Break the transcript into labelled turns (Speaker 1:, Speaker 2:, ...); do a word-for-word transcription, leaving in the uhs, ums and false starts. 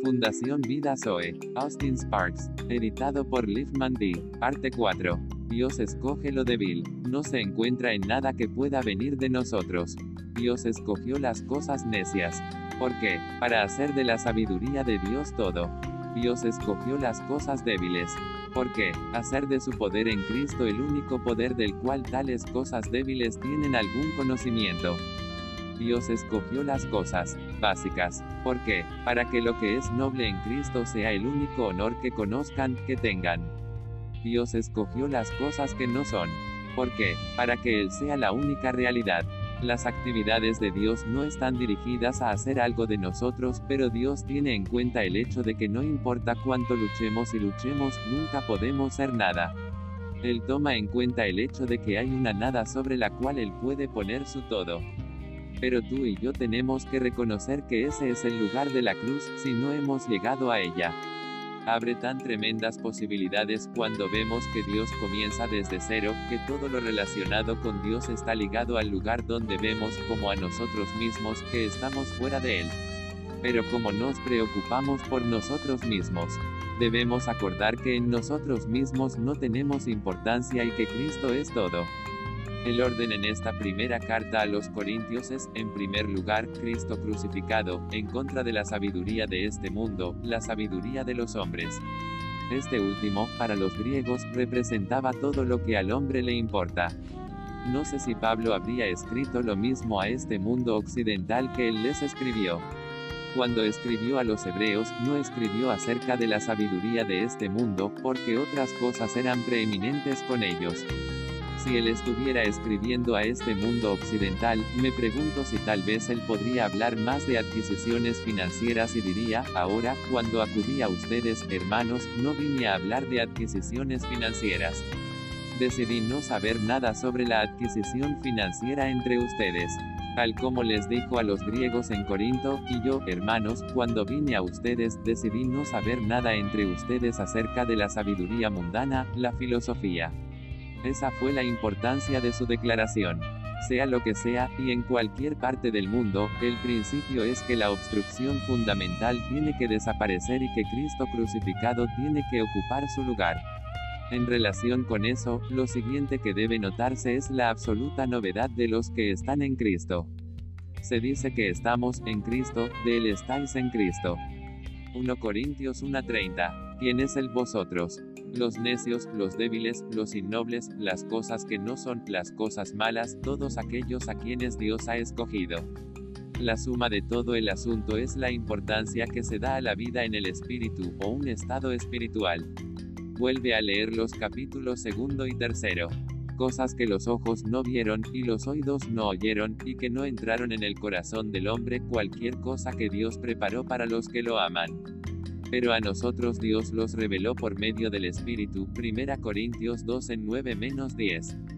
Speaker 1: Fundación Vida Zoe, Austin Sparks, editado por Liefman D. Parte cuatro. Dios escoge lo débil, no se encuentra en nada que pueda venir de nosotros. Dios escogió las cosas necias. ¿Por qué? Para hacer de la sabiduría de Dios todo. Dios escogió las cosas débiles. ¿Por qué? Hacer de su poder en Cristo el único poder del cual tales cosas débiles tienen algún conocimiento. Dios escogió las cosas básicas. ¿Por qué? Para que lo que es noble en Cristo sea el único honor que conozcan, que tengan. Dios escogió las cosas que no son. ¿Por qué? Para que Él sea la única realidad. Las actividades de Dios no están dirigidas a hacer algo de nosotros, pero Dios tiene en cuenta el hecho de que no importa cuánto luchemos y luchemos, nunca podemos ser nada. Él toma en cuenta el hecho de que hay una nada sobre la cual Él puede poner su todo. Pero tú y yo tenemos que reconocer que ese es el lugar de la cruz, si no hemos llegado a ella. Abre tan tremendas posibilidades cuando vemos que Dios comienza desde cero, que todo lo relacionado con Dios está ligado al lugar donde vemos, como a nosotros mismos, que estamos fuera de Él. Pero como nos preocupamos por nosotros mismos, debemos acordar que en nosotros mismos no tenemos importancia y que Cristo es todo. El orden en esta primera carta a los Corintios es, en primer lugar, Cristo crucificado, en contra de la sabiduría de este mundo, la sabiduría de los hombres. Este último, para los griegos, representaba todo lo que al hombre le importa. No sé si Pablo habría escrito lo mismo a este mundo occidental que él les escribió. Cuando escribió a los hebreos, no escribió acerca de la sabiduría de este mundo, porque otras cosas eran preeminentes con ellos. Si él estuviera escribiendo a este mundo occidental, me pregunto si tal vez él podría hablar más de adquisiciones financieras y diría, ahora, cuando acudí a ustedes, hermanos, no vine a hablar de adquisiciones financieras. Decidí no saber nada sobre la adquisición financiera entre ustedes. Tal como les dijo a los griegos en Corinto, y yo, hermanos, cuando vine a ustedes, decidí no saber nada entre ustedes acerca de la sabiduría mundana, la filosofía. Esa fue la importancia de su declaración. Sea lo que sea, y en cualquier parte del mundo, el principio es que la obstrucción fundamental tiene que desaparecer y que Cristo crucificado tiene que ocupar su lugar. En relación con eso, lo siguiente que debe notarse es la absoluta novedad de los que están en Cristo. Se dice que estamos en Cristo, de Él estáis en Cristo. primera Corintios uno treinta. ¿Quién es el vosotros? Los necios, los débiles, los innobles, las cosas que no son, las cosas malas, todos aquellos a quienes Dios ha escogido. La suma de todo el asunto es la importancia que se da a la vida en el espíritu, o un estado espiritual. Vuelve a leer los capítulos segundo y tercero. Cosas que los ojos no vieron, y los oídos no oyeron, y que no entraron en el corazón del hombre, cualquier cosa que Dios preparó para los que lo aman. Pero a nosotros Dios los reveló por medio del Espíritu, primera Corintios dos en nueve a diez.